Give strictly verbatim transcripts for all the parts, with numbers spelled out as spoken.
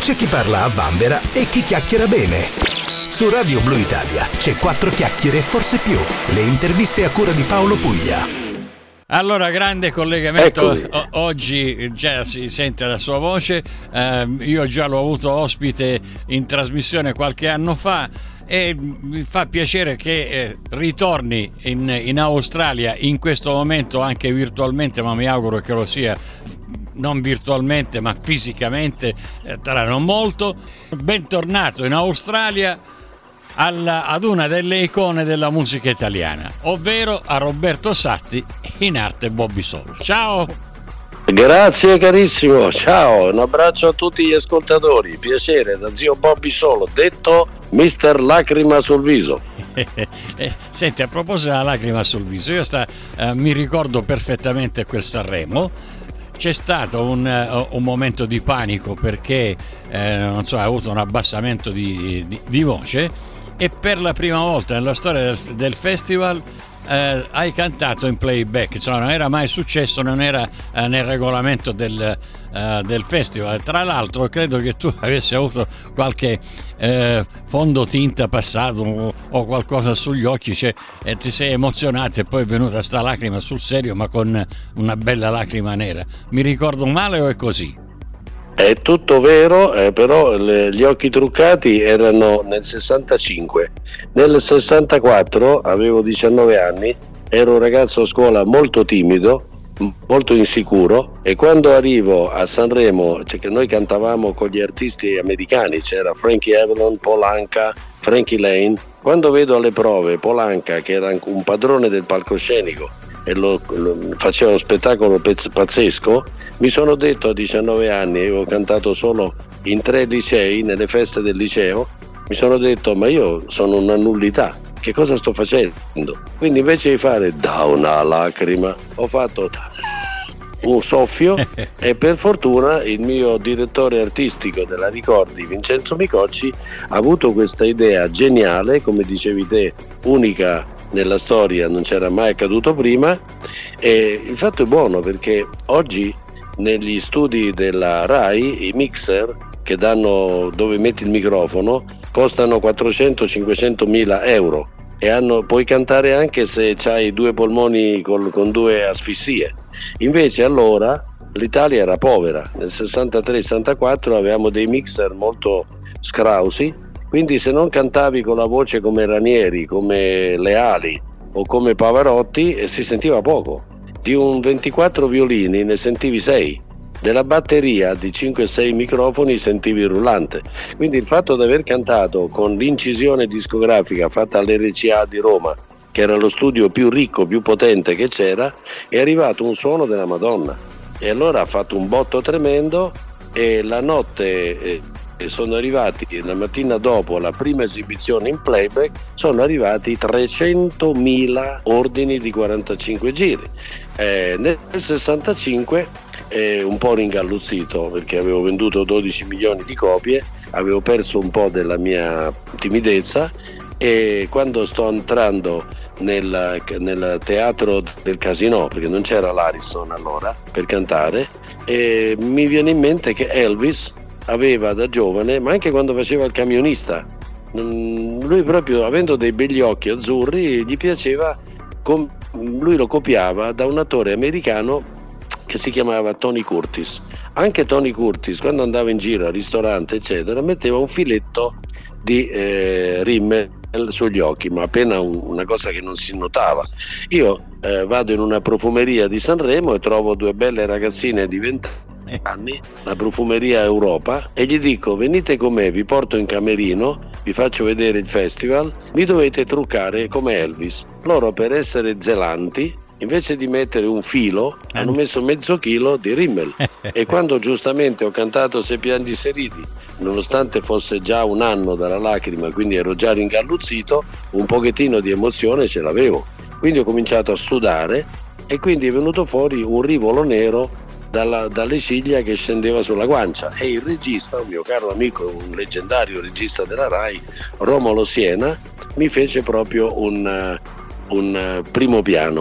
C'è chi parla a vanvera e chi chiacchiera bene. Su Radio Blu Italia c'è Quattro Chiacchiere e forse più. Le interviste a cura di Paolo Puglia. Allora, grande collegamento. O- oggi già si sente la sua voce. Eh, io già l'ho avuto ospite in trasmissione qualche anno fa e mi fa piacere che eh, ritorni in, in Australia in questo momento, anche virtualmente, ma mi auguro che lo sia non virtualmente ma fisicamente eh, tra non molto. Bentornato in Australia alla, ad una delle icone della musica italiana, ovvero a Roberto Satti, in arte Bobby Soul. Ciao! Grazie carissimo, ciao, un abbraccio a tutti gli ascoltatori, piacere, da zio Bobby Solo, detto mister Lacrima sul viso. Senti, a proposito della lacrima sul viso, io sta, eh, mi ricordo perfettamente quel Sanremo. C'è stato un, uh, un momento di panico perché eh, non so, ha avuto un abbassamento di, di, di voce e per la prima volta nella storia del, del festival eh, hai cantato in playback. Insomma, non era mai successo, non era eh, nel regolamento del, uh, del festival. Tra l'altro credo che tu avessi avuto qualche eh, fondotinta passato o, o qualcosa sugli occhi, cioè, e ti sei emozionato e poi è venuta sta lacrima sul serio, ma con una bella lacrima nera. Mi ricordo male o è così? È tutto vero, eh, però le, gli occhi truccati erano nel sessantacinque. Nel sessantaquattro avevo diciannove anni, ero un ragazzo a scuola molto timido, molto insicuro, e quando arrivo a Sanremo, cioè che noi cantavamo con gli artisti americani, c'era Frankie Avalon, Paul Anka, Frankie Lane, quando vedo alle prove Paul Anka, che era un padrone del palcoscenico e lo, lo, faceva uno spettacolo pezz, pazzesco, mi sono detto a diciannove anni, avevo cantato solo in tre licei, nelle feste del liceo, mi sono detto ma io sono una nullità, che cosa sto facendo? Quindi invece di fare da una lacrima ho fatto un soffio e per fortuna il mio direttore artistico della Ricordi, Vincenzo Micocci, ha avuto questa idea geniale, come dicevi te, unica nella storia, non c'era mai accaduto prima, e il fatto è buono perché oggi negli studi della Rai i mixer che danno dove metti il microfono costano quattrocento cinquecento mila euro e hanno, puoi cantare anche se hai due polmoni col, con due asfissie. Invece allora l'Italia era povera, nel sessantatré sessantaquattro avevamo dei mixer molto scrausi, quindi se non cantavi con la voce come Ranieri, come Leali o come Pavarotti eh, si sentiva poco. Di un ventiquattro violini ne sentivi sei, della batteria di cinque sei microfoni sentivi il rullante. Quindi il fatto di aver cantato con l'incisione discografica fatta all'R C A di Roma, che era lo studio più ricco, più potente che c'era, è arrivato un suono della Madonna. E allora ha fatto un botto tremendo e la notte... Eh, sono arrivati, la mattina dopo la prima esibizione in playback, sono arrivati trecentomila ordini di quarantacinque giri. Eh, nel sessantacinque, eh, un po' ringalluzzito perché avevo venduto dodici milioni di copie, avevo perso un po' della mia timidezza e quando sto entrando nel, nel teatro del Casino, perché non c'era l'Ariston allora per cantare, eh, mi viene in mente che Elvis aveva da giovane, ma anche quando faceva il camionista, lui proprio avendo dei begli occhi azzurri gli piaceva, lui lo copiava da un attore americano che si chiamava Tony Curtis. Anche Tony Curtis quando andava in giro al ristorante eccetera metteva un filetto di eh, Rimmel sugli occhi, ma appena un, una cosa che non si notava. Io eh, vado in una profumeria di Sanremo e trovo due belle ragazzine di venti anni, la profumeria Europa, e gli dico venite con me, vi porto in camerino, vi faccio vedere il festival, mi dovete truccare come Elvis. Loro, per essere zelanti, invece di mettere un filo hanno messo mezzo chilo di Rimmel e quando giustamente ho cantato Se piangi se ridi, nonostante fosse già un anno dalla lacrima, quindi ero già ringalluzzito, un pochettino di emozione ce l'avevo, quindi ho cominciato a sudare e quindi è venuto fuori un rivolo nero Dalla, dalle ciglia che scendeva sulla guancia, e il regista, un mio caro amico, un leggendario regista della Rai, Romolo Siena, mi fece proprio un, un primo piano.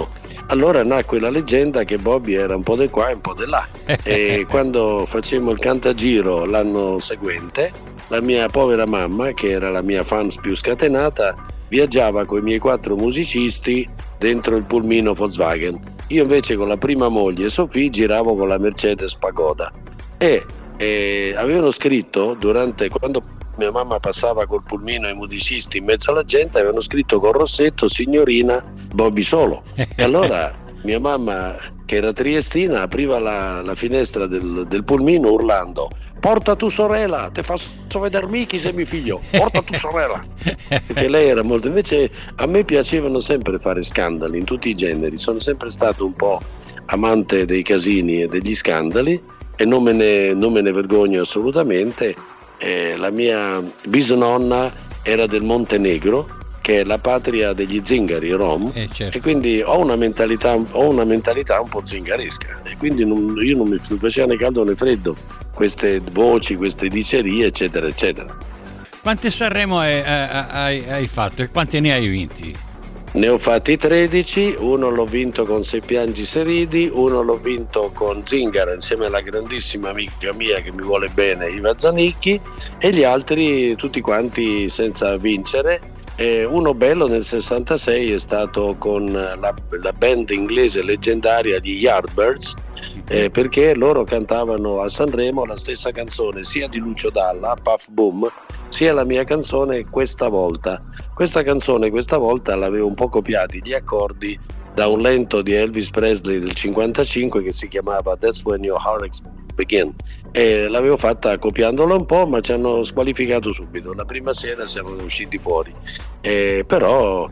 allora nacque la leggenda che Bobby era un po' di qua e un po' di là. E quando facemmo il cantagiro l'anno seguente, la mia povera mamma, che era la mia fans più scatenata, viaggiava con i miei quattro musicisti dentro il pulmino Volkswagen. Io invece con la prima moglie Sofì giravo con la Mercedes Pagoda. E, e avevano scritto, durante quando mia mamma passava col pulmino ai musicisti in mezzo alla gente, avevano scritto con rossetto signorina Bobby Solo. E allora mia mamma, che era triestina, apriva la, la finestra del, del pulmino urlando: porta tu sorella, te faccio vedermi chi sei mio figlio, porta tu sorella. Perché lei era molto, invece a me piacevano sempre fare scandali in tutti i generi, sono sempre stato un po' amante dei casini e degli scandali e non me ne, non me ne vergogno assolutamente. Eh, la mia bisnonna era del Montenegro, che è la patria degli zingari rom, eh, certo. E quindi ho una mentalità ho una mentalità un po' zingaresca, e quindi non, io non mi faceva né caldo né freddo queste voci, queste dicerie, eccetera eccetera. Quante Sanremo hai, hai, hai fatto e quanti ne hai vinti? Ne ho fatti tredici, uno l'ho vinto con Se piangi se ridi, uno l'ho vinto con Zingara insieme alla grandissima amica mia che mi vuole bene, Iva Zanicchi, e gli altri tutti quanti senza vincere. Eh, uno bello nel sessantasei è stato con la, la band inglese leggendaria di Yardbirds, eh, perché loro cantavano a Sanremo la stessa canzone sia di Lucio Dalla, Puff Boom, sia la mia canzone Questa volta. Questa canzone questa volta l'avevo un po' copiati gli accordi da un lento di Elvis Presley del cinquantacinque che si chiamava That's When Your Heartaches Begin, e l'avevo fatta copiandola un po', ma ci hanno squalificato subito. La prima sera siamo usciti fuori, eh, però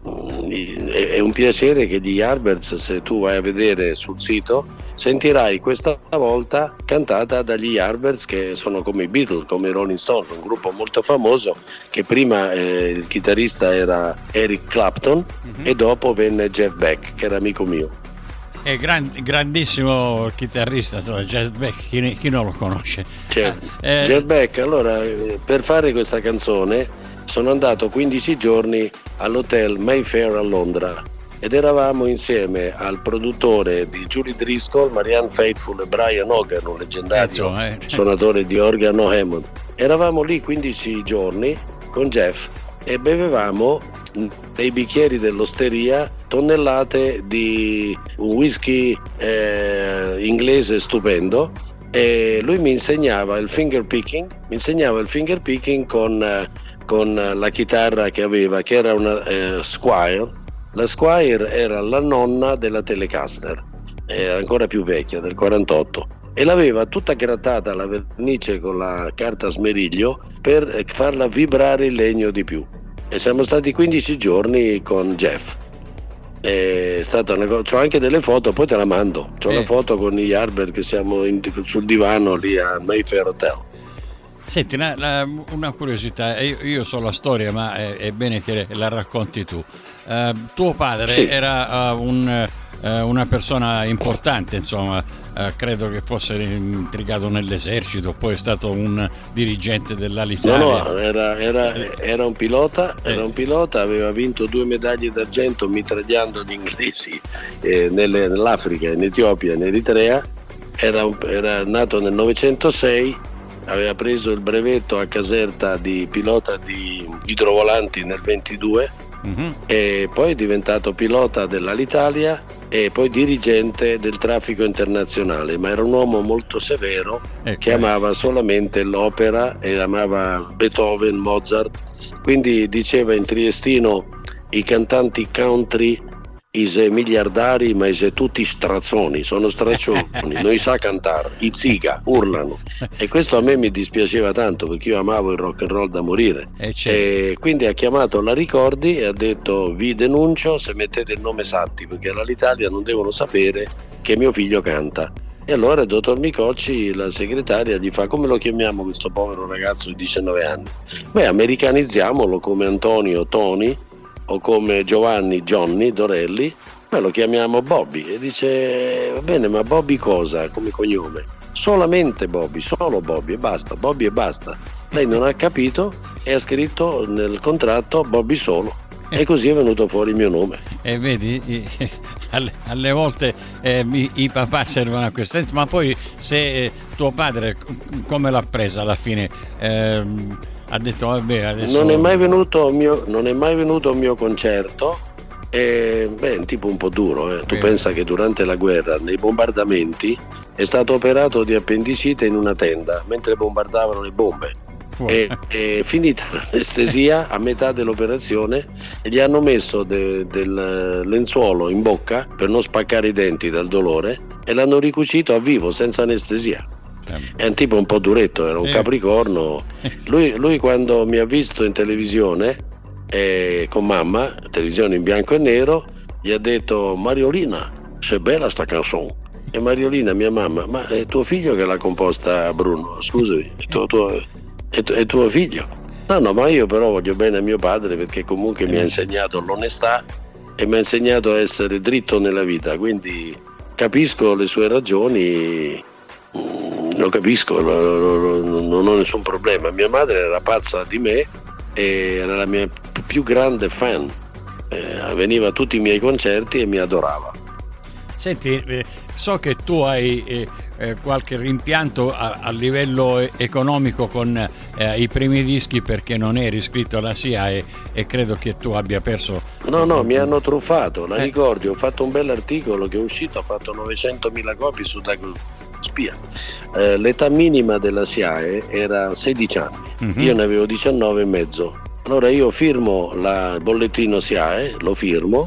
mh, è, è un piacere che gli Yardbirds, se tu vai a vedere sul sito, sentirai questa volta cantata dagli Yardbirds, che sono come i Beatles, come i Rolling Stones, un gruppo molto famoso, che prima eh, il chitarrista era Eric Clapton, mm-hmm. e dopo venne Jeff Beck, che era amico mio. È gran, grandissimo chitarrista, insomma, Jeff Beck, chi, chi non lo conosce? Cioè, eh, Jeff Beck, allora, per fare questa canzone sono andato quindici giorni all'hotel Mayfair a Londra ed eravamo insieme al produttore di Julie Driscoll, Marianne Faithfull e Brian Hogan, un leggendario eh, suonatore di organo Hammond. Eravamo lì quindici giorni con Jeff e bevevamo nei bicchieri dell'osteria tonnellate di un whisky eh, inglese stupendo, e lui mi insegnava il finger picking, mi insegnava il finger picking con, eh, con la chitarra che aveva, che era una eh, Squire. La Squire era la nonna della Telecaster, era ancora più vecchia, del quarantotto, e l'aveva tutta grattata alla vernice con la carta smeriglio per farla vibrare il legno di più. E siamo stati quindici giorni con Jeff. È stata una cosa, c'ho anche delle foto, poi te la mando. C'ho eh. la foto con i Yardbirds che siamo in, sul divano lì a Mayfair Hotel. Senti, una, la, una curiosità, io, io so la storia, ma è, è bene che la racconti tu. Uh, tuo padre sì. era uh, un, uh, una persona importante, insomma. Uh, credo che fosse intrigato nell'esercito, poi è stato un dirigente dell'Alitalia. No, no, era, era, era un pilota, era un pilota, aveva vinto due medaglie d'argento mitragliando gli inglesi eh, nelle, nell'Africa, in Etiopia, in Eritrea. Era, un, era nato nel novecentosei, aveva preso il brevetto a Caserta di pilota di idrovolanti nel ventidue, mm-hmm. e poi è diventato pilota dell'Alitalia e poi dirigente del traffico internazionale, ma era un uomo molto severo, ecco. che amava solamente l'opera e amava Beethoven, Mozart, quindi diceva in triestino: i cantanti country ise miliardari, ma ise tutti strazzoni, sono straccioni, non sa cantare, i ziga, urlano. E questo a me mi dispiaceva tanto, perché io amavo il rock and roll da morire. E, certo. e quindi ha chiamato la Ricordi e ha detto: vi denuncio se mettete il nome Satti, perché all'Italia non devono sapere che mio figlio canta. E allora il dottor Micocci, la segretaria, gli fa: come lo chiamiamo questo povero ragazzo di diciannove anni? Beh, americanizziamolo come Antonio Tony, o come Giovanni Johnny Dorelli, noi lo chiamiamo Bobby. E dice: va bene, ma Bobby cosa come cognome? Solamente Bobby, solo Bobby e basta, Bobby e basta. Lei non ha capito e ha scritto nel contratto Bobby solo, e così è venuto fuori il mio nome. E vedi, alle, alle volte eh, i, i papà servono a questo, ma poi se eh, tuo padre come l'ha presa alla fine? Eh, ha detto vabbè adesso... Non è mai venuto al mio, non è mai venuto al mio concerto. E, beh, è un tipo un po' duro, eh. Tu pensa che durante la guerra, nei bombardamenti, è stato operato di appendicite in una tenda mentre bombardavano le bombe. E, e finita l'anestesia a metà dell'operazione gli hanno messo de, del lenzuolo in bocca per non spaccare i denti dal dolore e l'hanno ricucito a vivo senza anestesia. È un tipo un po' duretto, era un eh. capricorno. Lui, lui quando mi ha visto in televisione eh, con mamma, televisione in bianco e nero, gli ha detto: Mariolina, c'è bella sta canzone. E Mariolina, mia mamma: ma è tuo figlio che l'ha composta, Bruno? Scusami, è tuo, tuo, è, è tuo figlio? No, no, ma io però voglio bene a mio padre, perché comunque mi ha insegnato l'onestà e mi ha insegnato a essere dritto nella vita, quindi capisco le sue ragioni. Lo capisco, non ho nessun problema. Mia madre era pazza di me e era la mia più grande fan, eh, veniva a tutti i miei concerti e mi adorava. Senti, eh, so che tu hai eh, eh, qualche rimpianto a, a livello economico con eh, i primi dischi, perché non eri iscritto alla S I A e, e credo che tu abbia perso. No, no, mi hanno truffato, la eh. ricordi, ho fatto un bell'articolo che è uscito, ho fatto novecentomila copie su Dago Spia. Eh, l'età minima della S I A E era sedici anni, mm-hmm. Io ne avevo diciannove e mezzo. Allora io firmo la, il bollettino S I A E, lo firmo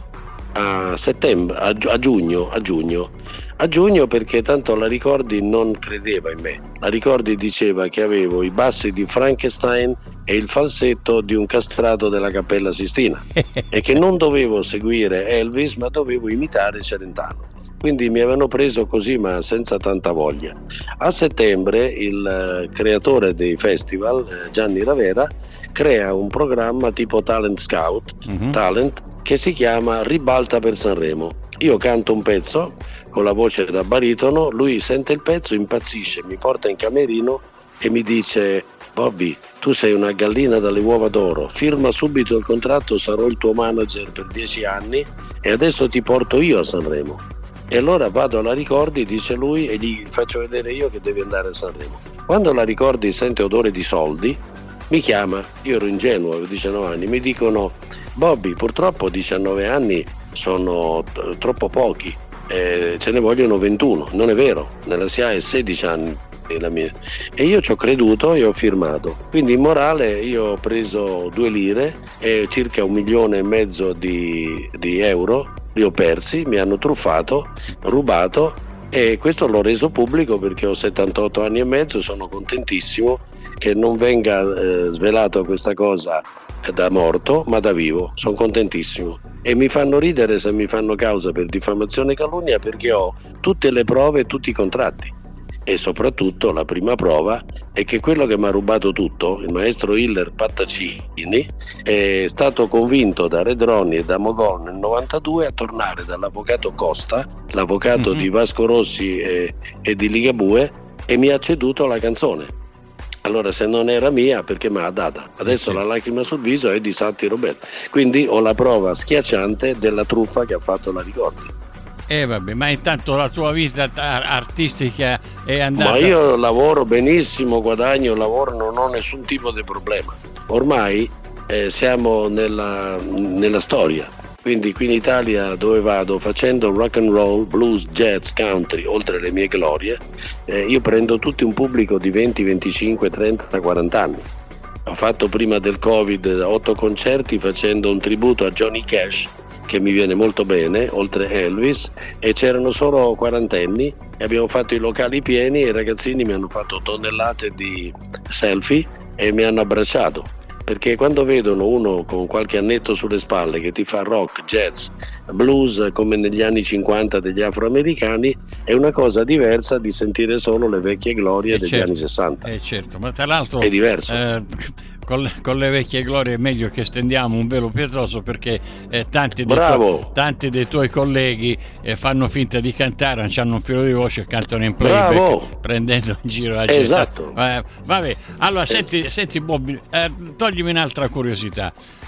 a settembre, a, a giugno, a giugno, a giugno perché tanto la Ricordi non credeva in me. La Ricordi diceva che avevo i bassi di Frankenstein e il falsetto di un castrato della Cappella Sistina e che non dovevo seguire Elvis ma dovevo imitare Celentano. Quindi mi avevano preso così, ma senza tanta voglia. A settembre il uh, creatore dei festival, uh, Gianni Ravera, crea un programma tipo Talent Scout, mm-hmm. Talent, che si chiama Ribalta per Sanremo. Io canto un pezzo con la voce da baritono, lui sente il pezzo, impazzisce, mi porta in camerino e mi dice: Bobby, tu sei una gallina dalle uova d'oro, firma subito il contratto, sarò il tuo manager per dieci anni e adesso ti porto io a Sanremo. E allora vado alla Ricordi, dice lui, e gli faccio vedere io che devi andare a Sanremo. Quando la Ricordi sente odore di soldi, mi chiama, io ero ingenuo, avevo diciannove anni, mi dicono: Bobby, purtroppo diciannove anni sono t- troppo pochi, eh, ce ne vogliono ventuno. Non è vero, nella S I A è sedici anni la mia. E io ci ho creduto e ho firmato. Quindi in morale io ho preso due lire e circa un milione e mezzo di, di euro. Li ho persi, mi hanno truffato, rubato, e questo l'ho reso pubblico perché ho settantotto anni e mezzo, sono contentissimo che non venga eh, svelato questa cosa da morto ma da vivo, sono contentissimo e mi fanno ridere se mi fanno causa per diffamazione e calunnia, perché ho tutte le prove e tutti i contratti. E soprattutto la prima prova è che quello che mi ha rubato tutto, il maestro Hiller Pattacini, è stato convinto da Redroni e da Mogol nel novantadue a tornare dall'avvocato Costa, l'avvocato mm-hmm. di Vasco Rossi e, e di Ligabue, e mi ha ceduto la canzone. Allora se non era mia, perché me l'ha data? Adesso sì. La lacrima sul viso è di Santi Roberto. Quindi ho la prova schiacciante della truffa che ha fatto la Ricordi. Eh vabbè, ma intanto la tua vita artistica è andata... Ma io lavoro benissimo, guadagno, lavoro, non ho nessun tipo di problema. Ormai eh, siamo nella, nella storia. Quindi qui in Italia, dove vado, facendo rock and roll, blues, jazz, country, oltre le mie glorie, eh, io prendo tutti un pubblico di venti, venticinque, trenta, quaranta anni. Ho fatto prima del Covid otto concerti facendo un tributo a Johnny Cash, che mi viene molto bene, oltre Elvis, e c'erano solo quarantenni e abbiamo fatto i locali pieni e i ragazzini mi hanno fatto tonnellate di selfie e mi hanno abbracciato, perché quando vedono uno con qualche annetto sulle spalle che ti fa rock, jazz, blues come negli anni cinquanta degli afroamericani, è una cosa diversa di sentire solo le vecchie glorie eh degli certo, anni sessanta. Eh certo, ma tra l'altro è diverso. Eh, Con le, con le vecchie glorie è meglio che stendiamo un velo pietoso, perché eh, tanti, dei tuoi, tanti dei tuoi colleghi eh, fanno finta di cantare, non hanno un filo di voce e cantano in playback. Bravo. Prendendo in giro la gente. Esatto. Eh, vabbè, allora eh. senti, senti Bobby, eh, toglimi un'altra curiosità.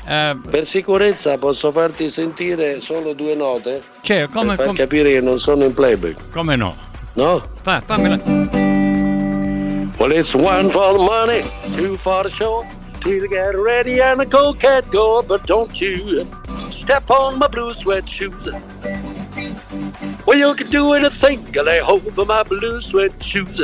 Eh, per sicurezza posso farti sentire solo due note? Cioè, come, per far com- capire che non sono in playback. Come no? No? Fa, fammela. Well, it's one for the money, two for the show, three to get ready and a go cat go, but don't you step on my blue sweat shoes. Well, you can do anything, I lay hold for my blue sweat shoes.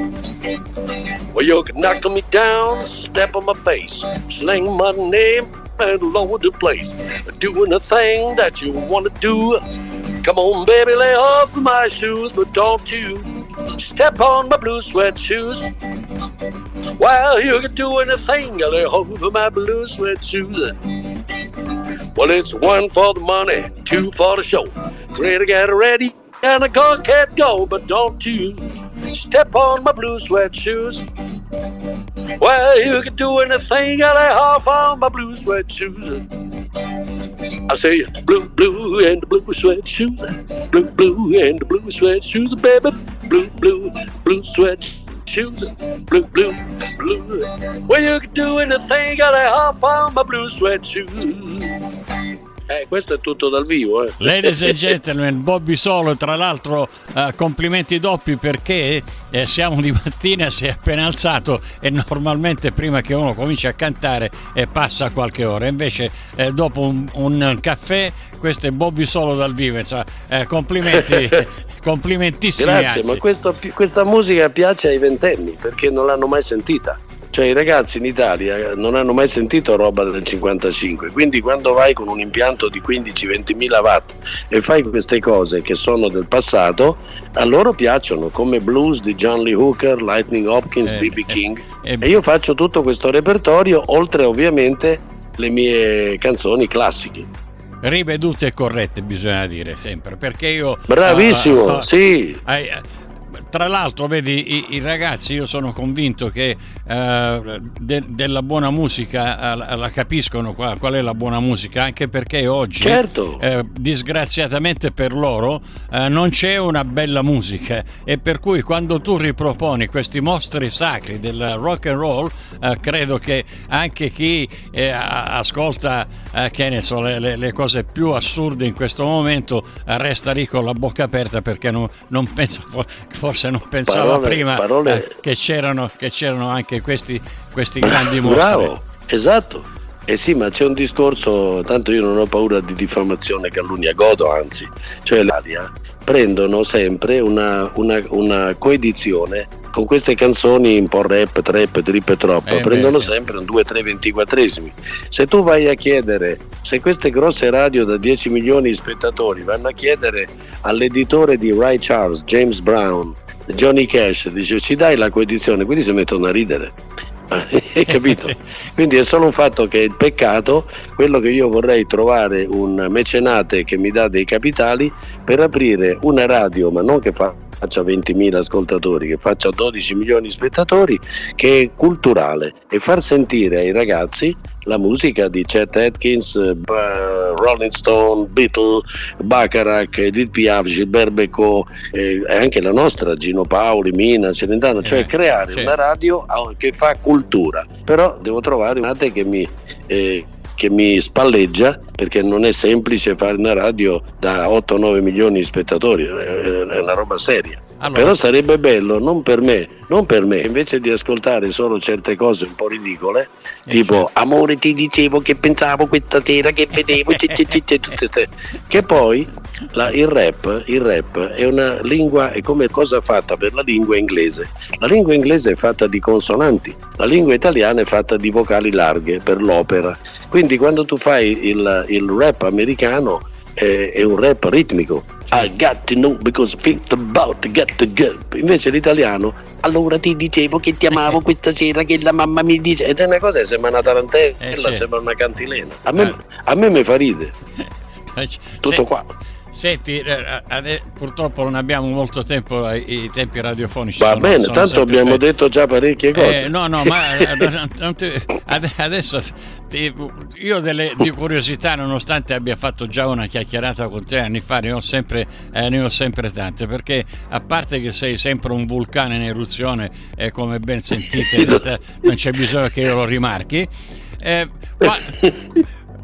Well, you can knock me down, step on my face, sling my name and lower the place. Doing a thing that you want to do. Come on, baby, lay off my shoes, but don't you step on my blue sweat shoes. Well, you can do anything, I lay hold for my blue sweat shoes. Well, it's one for the money, two for the show, three to get ready and a go can't go, but don't you step on my blue sweat shoes. Well, you can do anything, I lay off on my blue sweat shoes. I say blue, blue and the blue sweat shoes, blue, blue and the blue sweat shoes, baby, blue, blue, blue sweat shoes, blue, blue, blue. Well, you can do anything, I lay off on my blue sweat shoes. Eh, questo è tutto dal vivo, eh. Ladies and gentlemen, Bobby Solo, tra l'altro eh, complimenti doppi perché eh, siamo di mattina, si è appena alzato e normalmente prima che uno cominci a cantare eh, passa qualche ora, invece eh, dopo un, un caffè questo è Bobby Solo dal vivo, insomma, eh, complimenti, complimentissimi. Grazie, anzi. ma questo, questa musica piace ai ventenni perché non l'hanno mai sentita. Cioè i ragazzi in Italia non hanno mai sentito roba del cinquantacinque, quindi quando vai con un impianto di quindici ventimila watt e fai queste cose che sono del passato, a loro piacciono, come blues di John Lee Hooker, Lightning Hopkins, eh, B B King eh, e io faccio tutto questo repertorio oltre ovviamente le mie canzoni classiche. Rivedute e corrette bisogna dire sempre, perché io... Bravissimo, uh, uh, sì. Uh, Tra l'altro, vedi, i, i ragazzi, io sono convinto che eh, de, della buona musica eh, la capiscono qual, qual è la buona musica, anche perché oggi, certo. eh, disgraziatamente per loro, eh, non c'è una bella musica, e per cui quando tu riproponi questi mostri sacri del rock and roll, eh, credo che anche chi eh, ascolta, eh, che ne so, le, le, le cose più assurde in questo momento eh, resta lì con la bocca aperta, perché non, non penso, forse non pensavo parole, prima parole... eh, che c'erano che c'erano anche questi questi grandi mostri. Bravo, esatto. Eh sì, ma c'è un discorso, tanto io non ho paura di diffamazione, calunnia, godo anzi, cioè l'Italia prendono sempre una, una, una coedizione con queste canzoni un po' rap, trap, trip e trop, eh prendono beh, sempre un due tre ventiquattresimi. Se tu vai a chiedere, se queste grosse radio da dieci milioni di spettatori vanno a chiedere all'editore di Ray Charles, James Brown, Johnny Cash, dice ci dai la coedizione, quindi si mettono a ridere. Hai capito? Quindi è solo un fatto che il peccato, quello che io vorrei trovare un mecenate che mi dà dei capitali per aprire una radio, ma non che fa faccia ventimila ascoltatori, che faccia dodici milioni di spettatori, che è culturale, e far sentire ai ragazzi la musica di Chet Atkins, uh, Rolling Stone, Beatles, Bacharach, Edith Piaf, Gilbert Bécaud, eh, e anche la nostra, Gino Paoli, Mina, Celentano, cioè eh, creare sì. una radio che fa cultura. Però devo trovare una che mi... Eh, che mi spalleggia, perché non è semplice fare una radio da otto nove milioni di spettatori, è una roba seria. Allora, però sarebbe bello, non per me, non per me, invece di ascoltare solo certe cose un po' ridicole, eh, tipo certo. Amore ti dicevo che pensavo questa sera che vedevo c- c- c- tutte ste... che poi la, il rap il rap è una lingua, è come cosa fatta per la lingua inglese. La lingua inglese è fatta di consonanti, la lingua italiana è fatta di vocali larghe per l'opera, quindi quando tu fai il, il rap americano eh, è un rap ritmico. I got to know because think about to get to go. Invece l'italiano, allora ti dicevo che ti amavo questa sera, che la mamma mi dice, ed è una cosa che sembra una tarantella, eh, sì. Sembra una cantilena. A me, a me mi fa ridere. Tutto sì. qua. Senti, ade- purtroppo non abbiamo molto tempo, i tempi radiofonici va sono, bene, sono tanto abbiamo stati... detto già parecchie cose. Eh, no, no, ma non ti, adesso ti, io delle di curiosità, nonostante abbia fatto già una chiacchierata con te anni fa, ne ho sempre, eh, ne ho sempre tante, perché a parte che sei sempre un vulcano in eruzione, eh, come ben sentite, non c'è bisogno che io lo rimarchi, eh, ma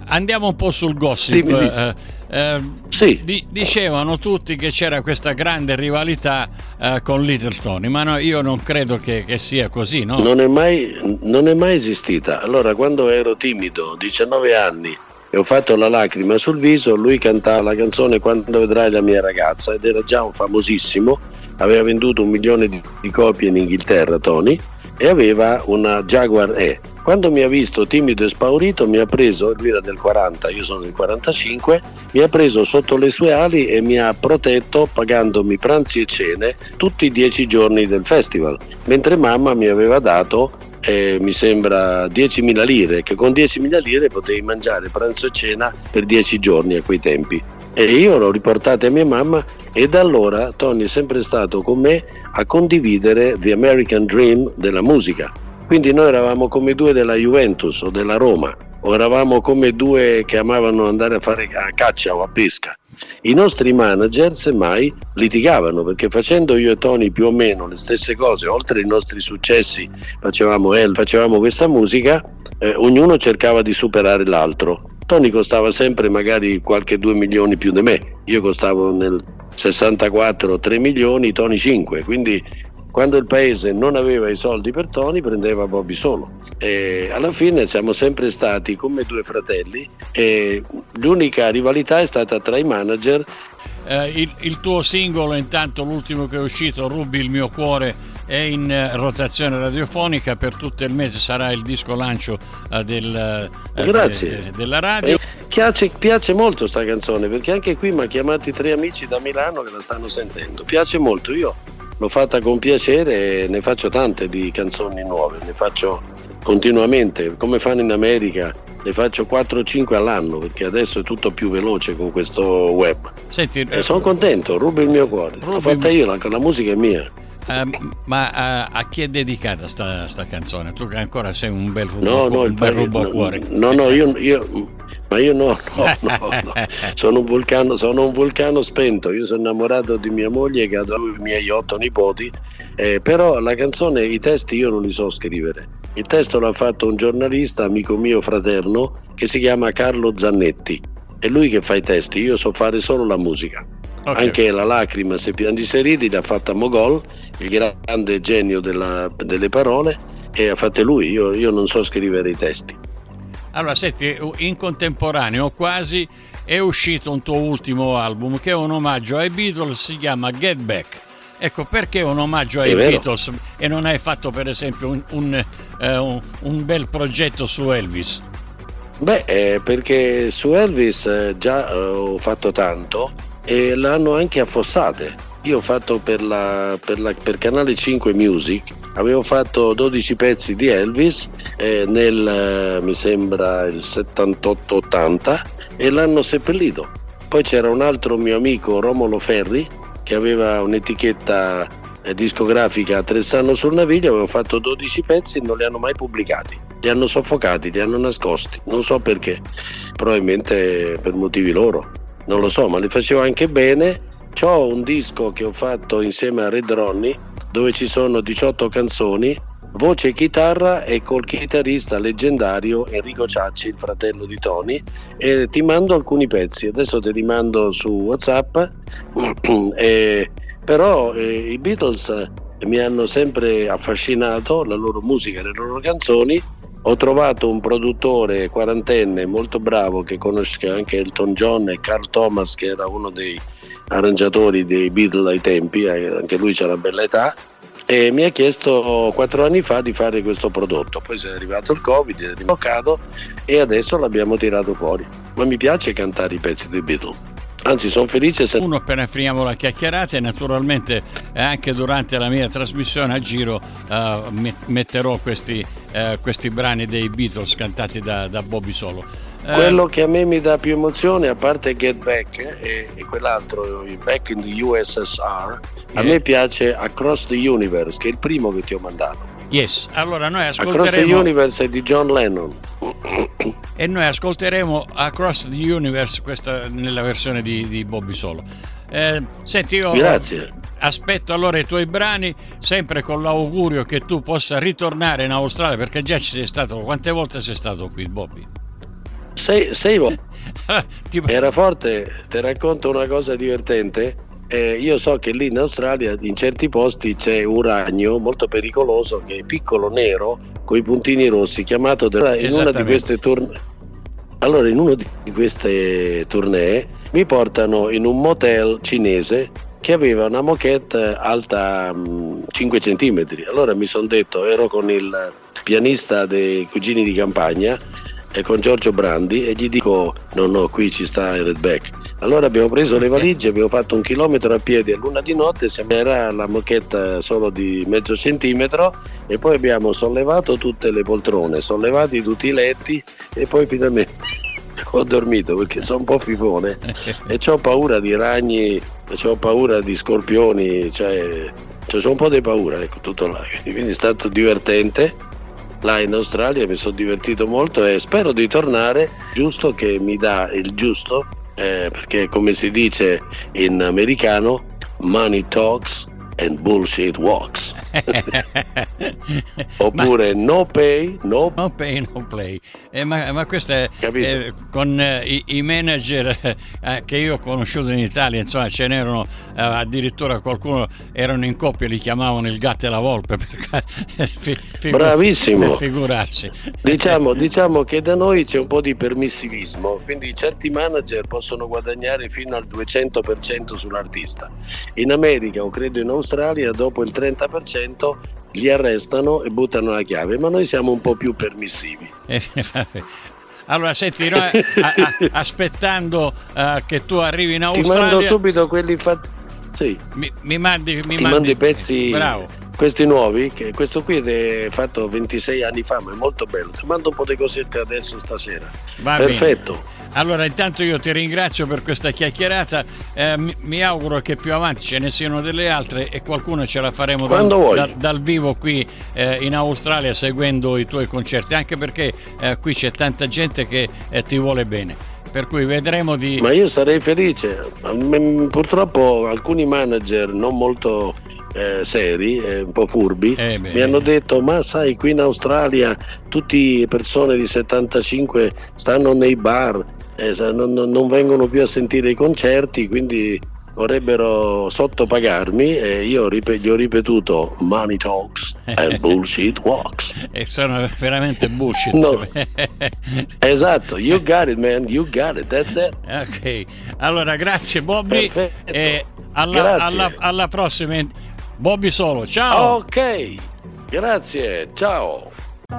andiamo un po' sul gossip. Dimmi, dimmi. Eh, eh, Sì. di- dicevano tutti che c'era questa grande rivalità eh, con Little Tony, ma no, io non credo che, che sia così, no? Non è mai, non è mai esistita. Allora, quando ero timido, diciannove anni, e ho fatto La lacrima sul viso, lui cantava la canzone Quando vedrai la mia ragazza, ed era già un famosissimo, aveva venduto un milione di, di copie in Inghilterra, Tony, e aveva una Jaguar E. Quando mi ha visto timido e spaurito, mi ha preso, lui era del quaranta, io sono del quarantacinque, mi ha preso sotto le sue ali e mi ha protetto pagandomi pranzi e cene tutti i dieci giorni del festival, mentre mamma mi aveva dato, eh, mi sembra, diecimila lire, che con diecimila lire potevi mangiare pranzo e cena per dieci giorni a quei tempi. E io l'ho riportata a mia mamma, e da allora Tony è sempre stato con me a condividere the American Dream della musica. Quindi noi eravamo come due della Juventus o della Roma, o eravamo come due che amavano andare a fare a caccia o a pesca. I nostri manager semmai litigavano, perché facendo io e Tony più o meno le stesse cose, oltre ai nostri successi facevamo, el, facevamo questa musica, eh, ognuno cercava di superare l'altro. Tony costava sempre magari qualche due milioni più di me, io costavo nel sessantaquattro tre milioni, Tony cinque, quindi quando il paese non aveva i soldi per Tony prendeva Bobby solo, e alla fine siamo sempre stati come due fratelli, e l'unica rivalità è stata tra i manager. Eh, il, il tuo singolo, intanto l'ultimo che è uscito, Rubi il mio cuore, è in eh, rotazione radiofonica, per tutto il mese sarà il disco lancio eh, del, eh, Grazie. de, de, della radio. E piace, piace molto sta canzone, perché anche qui mi ha chiamati tre amici da Milano che la stanno sentendo, piace molto, io l'ho fatta con piacere e ne faccio tante di canzoni nuove, ne faccio continuamente, come fanno in America, ne faccio quattro o cinque all'anno, perché adesso è tutto più veloce con questo web. Senti, E sono contento, Rubi il mio cuore, l'ho fatta io, la, la musica è mia. Eh, ma a, a chi è dedicata sta, sta canzone? Tu che ancora sei un bel rubo, No, no, un il bel pari- rubo no, cuore. no, no, io, io ma io no, no, no, no. Sono un vulcano, sono un vulcano spento. Io sono innamorato di mia moglie che ha dato i miei otto nipoti, eh, però la canzone, i testi io non li so scrivere. Il testo l'ha fatto un giornalista, amico mio fraterno, che si chiama Carlo Zannetti. È lui che fa i testi, io so fare solo la musica. Okay. Anche La lacrima se piangi seriti l'ha fatta Mogol, il grande genio della, delle parole, e ha fatte lui, io, io non so scrivere i testi. Allora, senti, in contemporaneo quasi è uscito un tuo ultimo album che è un omaggio ai Beatles, si chiama Get Back. Ecco, perché un omaggio ai Beatles e non hai fatto per esempio un, un, eh, un, un bel progetto su Elvis? Beh, eh, perché su Elvis eh, già eh, ho fatto tanto e l'hanno anche affossate. Io ho fatto per, la, per, la, per Canale cinque Music, avevo fatto dodici pezzi di Elvis eh, nel, eh, mi sembra, il settantotto ottanta, e l'hanno seppellito. Poi c'era un altro mio amico, Romolo Ferri, che aveva un'etichetta eh, discografica a Tressano sul Naviglio, avevo fatto dodici pezzi e non li hanno mai pubblicati. Li hanno soffocati, li hanno nascosti, non so perché, probabilmente per motivi loro, non lo so, ma li facevo anche bene. C'ho un disco che ho fatto insieme a Red Ronnie dove ci sono diciotto canzoni, voce e chitarra, e col chitarrista leggendario Enrico Ciacci, il fratello di Tony, e ti mando alcuni pezzi, adesso te li mando su WhatsApp. e, però eh, i Beatles mi hanno sempre affascinato, la loro musica, le loro canzoni. Ho trovato un produttore quarantenne molto bravo che conosce anche Elton John e Carl Thomas, che era uno dei arrangiatori dei Beatles ai tempi, anche lui c'ha una bella età, e mi ha chiesto quattro anni fa di fare questo prodotto. Poi è arrivato il Covid, è rimoccato e adesso l'abbiamo tirato fuori. Ma mi piace cantare i pezzi dei Beatles, anzi sono felice se... Uno, appena finiamo la chiacchierata, e naturalmente anche durante la mia trasmissione a giro uh, metterò questi, uh, questi brani dei Beatles cantati da, da Bobby solo. Quello che a me mi dà più emozione, a parte Get Back e, e quell'altro, Back in the U S S R, a me piace Across the Universe, che è il primo che ti ho mandato. Yes, allora noi ascolteremo Across the Universe è di John Lennon. E noi ascolteremo Across the Universe, questa nella versione di, di Bobby solo. Eh, senti, io Grazie. aspetto allora i tuoi brani, sempre con l'augurio che tu possa ritornare in Australia, perché già ci sei stato. Quante volte sei stato qui, Bobby? sei, sei volte. Tipo... Era forte, ti racconto una cosa divertente. Eh, io so che lì in Australia in certi posti c'è un ragno molto pericoloso che è piccolo, nero, con i puntini rossi, chiamato de- in una di queste tournée. Allora in una di queste tournée mi portano in un motel cinese che aveva una moquette alta mh, cinque centimetri. Allora mi sono detto, ero con il pianista dei Cugini di Campagna e con Giorgio Brandi e gli dico no no qui ci sta il Redback. Allora abbiamo preso le valigie, abbiamo fatto un chilometro a piedi a luna di notte, era la moquette solo di mezzo centimetro e poi abbiamo sollevato tutte le poltrone, sollevati tutti i letti e poi finalmente ho dormito perché sono un po' fifone e ho paura di ragni, ho paura di scorpioni, cioè, cioè ho un po' di paura, ecco, tutto là. Quindi è stato divertente. Là in Australia mi sono divertito molto e spero di tornare, giusto che mi dà il giusto, eh, perché come si dice in americano, money talks and bullshit walks. Oppure ma, no pay no, no pay no play. Eh, ma, ma questo è eh, con eh, i, i manager eh, che io ho conosciuto in Italia, insomma ce n'erano eh, addirittura qualcuno erano in coppia, li chiamavano il gatto e la volpe per, figu- bravissimo per figurarsi. Diciamo, diciamo che da noi c'è un po' di permissivismo, quindi certi manager possono guadagnare fino al duecento per cento sull'artista. In America o credo in Australia dopo il trenta per cento li arrestano e buttano la chiave, ma noi siamo un po' più permissivi. Allora senti, noi, a, a, aspettando uh, che tu arrivi in Australia ti mando subito quelli fatti. Sì. Mi, mi mandi mi ti mandi, mando i pezzi. Bravo. Questi nuovi, che questo qui è fatto ventisei anni fa, ma è molto bello. Ti mando un po' di cosette adesso stasera. Va perfetto bene. Allora intanto io ti ringrazio per questa chiacchierata, eh, mi, mi auguro che più avanti ce ne siano delle altre e qualcuno ce la faremo dal, da, dal vivo qui eh, in Australia seguendo i tuoi concerti, anche perché eh, qui c'è tanta gente che eh, ti vuole bene, per cui vedremo di... Ma io sarei felice, purtroppo alcuni manager non molto eh, seri, eh, un po' furbi, eh mi hanno detto ma sai qui in Australia tutte le persone di settantacinque stanno nei bar, Eh, non, non vengono più a sentire i concerti, quindi vorrebbero sottopagarmi e io gli ho ripetuto money talks and bullshit walks. E sono veramente bullshit. No. Esatto, you got it man, you got it, that's it. Ok, allora grazie Bobby e alla, grazie. Alla, alla prossima Bobby Solo, ciao. Ok, grazie, ciao.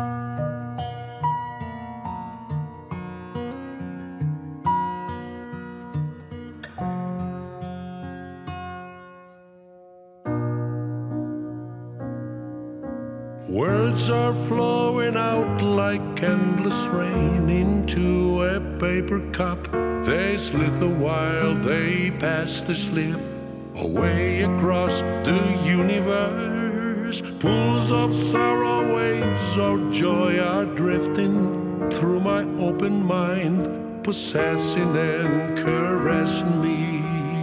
Words are flowing out like endless rain into a paper cup. They slither while they pass the slip away across the universe. Pools of sorrow, waves of joy are drifting through my open mind, possessing and caressing me.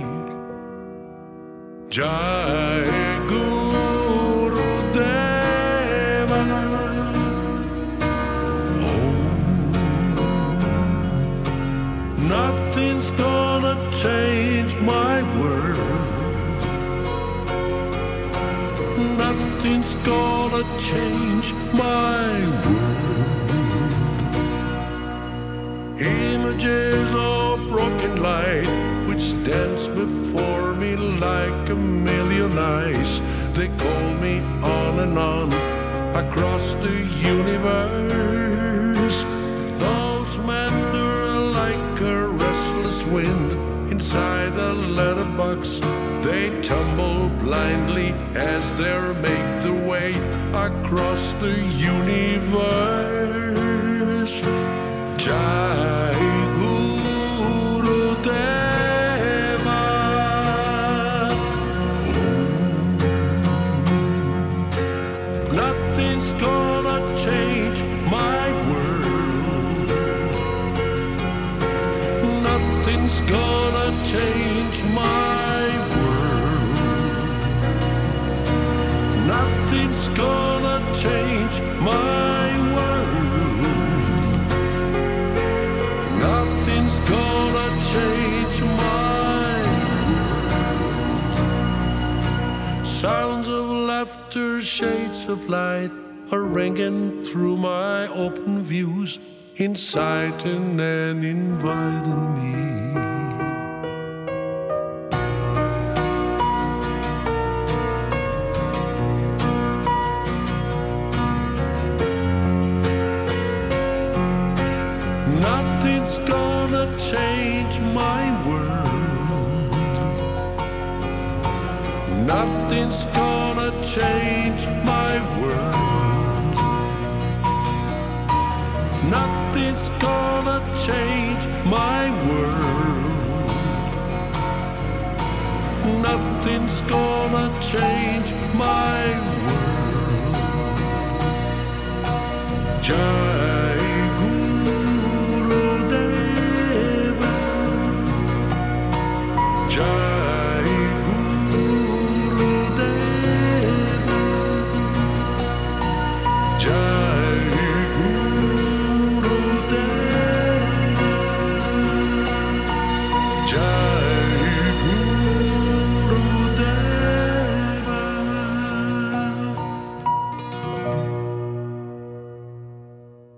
Jai Guru Deva, oh, nothing's gonna change my world. Nothing's gonna change my world. Images of broken light which dance before me like a million eyes. They call me on and on across the universe. Thoughts meander like a restless wind inside a letterbox. They tumble blindly as they're made their way across the universe. Jai Guru Deva, oh, nothing's gonna change my world. Nothing's gonna change my world. Nothing's gonna change my world. softer shades of light are ringing through my open views, inciting and inviting me. Nothing's gonna change my world. Nothing's gonna change my world. Nothing's gonna change my world. Nothing's gonna change my world. Jai Guru Deva, Jai Guru Deva, Jai Guru Deva, Jai